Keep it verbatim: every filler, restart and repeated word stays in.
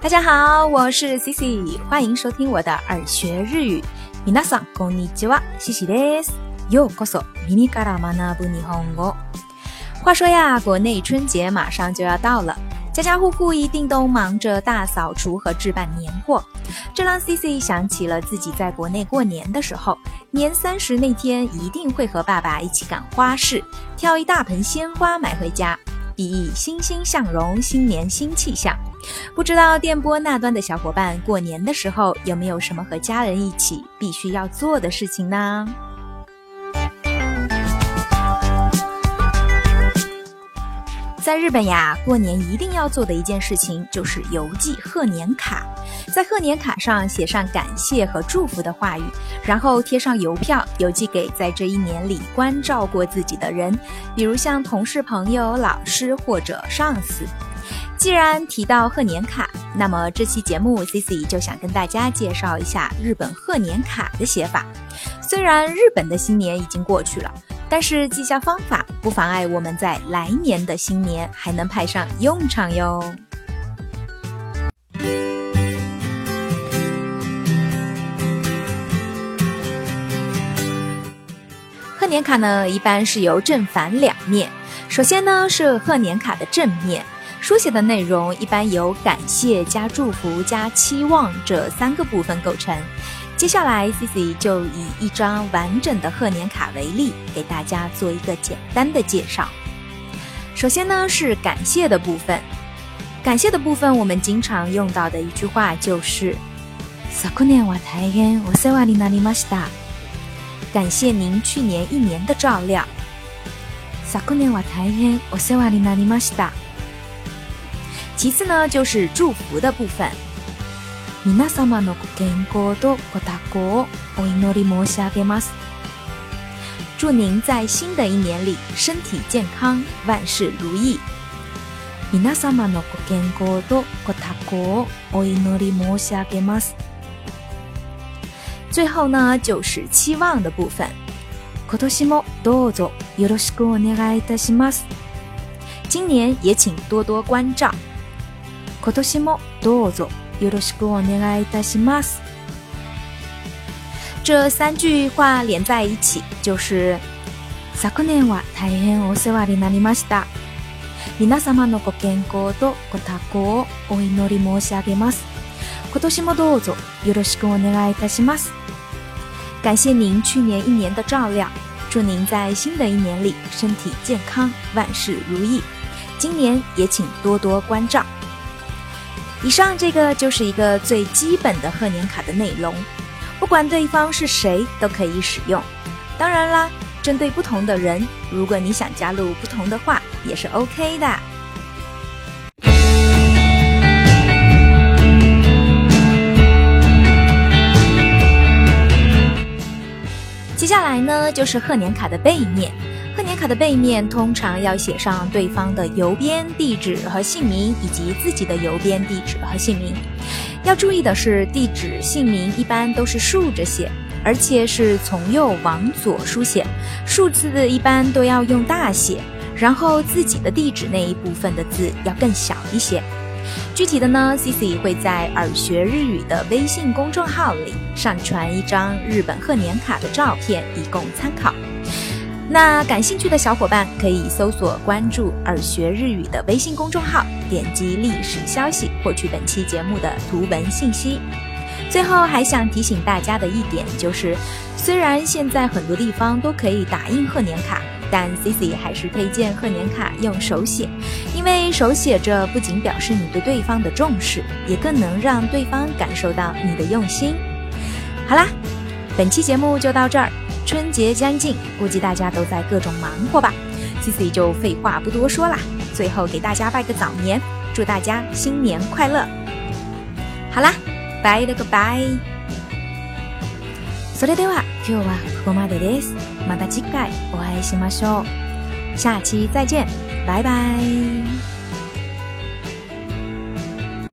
大家好，我是 Cici， 欢迎收听我的耳学日语。皆さんこんにちは、Ciciです。ようこそ耳から学ぶ日本語。话说呀，国内春节马上就要到了，家家户户一定都忙着大扫除和置办年货，这让 Cici 想起了自己在国内过年的时候，年三十那天一定会和爸爸一起赶花市，挑一大盆鲜花买回家，寓意欣欣向荣，新年新气象。不知道电波那端的小伙伴过年的时候有没有什么和家人一起必须要做的事情呢？在日本呀，过年一定要做的一件事情就是邮寄贺年卡，在贺年卡上写上感谢和祝福的话语，然后贴上邮票，邮寄给在这一年里关照过自己的人，比如像同事、朋友、老师或者上司。既然提到贺年卡，那么这期节目 Cici 就想跟大家介绍一下日本贺年卡的写法。虽然日本的新年已经过去了，但是记下方法不妨碍我们在来年的新年还能派上用场哟。贺年卡呢，一般是由正反两面。首先呢，是贺年卡的正面，书写的内容一般由感谢加祝福加期望这三个部分构成。接下来 Cici 就以一张完整的贺年卡为例，给大家做一个简单的介绍。首先呢，是感谢的部分。感谢的部分我们经常用到的一句话就是昨年は大変お世話になりました。感谢您去年一年的照料。昨年は大変お世話になりました。其次呢，就是祝福的部分。皆様のご健康とご多幸をお祈り申し上げます。祝您在新的一年里身体健康，万事如意。皆様のご健康とご多幸をお祈り申し上げます。最后呢，就是期望的部分。今年もどうぞよろしくお願いいたします。今年也请多多关照。今年もどうぞよろしくお願いいたします。这三句话连在一起就是昨年は大変お世話になりました。皆様のご健康とご多幸をお祈り申し上げます。今年もどうぞよろしくお願いいたします。感谢您去年一年的照料，祝您在新的一年里身体健康，万事如意。今年也请多多关照。以上这个就是一个最基本的贺年卡的内容，不管对方是谁都可以使用。当然啦，针对不同的人，如果你想加入不同的话，也是 OK 的。接下来呢，就是贺年卡的背面。贺年卡的背面通常要写上对方的邮编地址和姓名，以及自己的邮编地址和姓名。要注意的是，地址姓名一般都是竖着写，而且是从右往左书写，数字一般都要用大写，然后自己的地址那一部分的字要更小一些。具体的呢 Cici 会在耳学日语的微信公众号里上传一张日本贺年卡的照片，以供参考。那感兴趣的小伙伴可以搜索关注耳学日语的微信公众号，点击历史消息获取本期节目的图文信息。最后还想提醒大家的一点就是，虽然现在很多地方都可以打印贺年卡，但 Cici 还是推荐贺年卡用手写，因为手写着不仅表示你对对方的重视，也更能让对方感受到你的用心。好啦，本期节目就到这儿。春节将近，估计大家都在各种忙活吧， Cici 就废话不多说啦，最后给大家拜个早年，祝大家新年快乐。好啦，拜了个拜。それでは今日はここまでです。また次回お会いしましょう。下期再见，拜拜。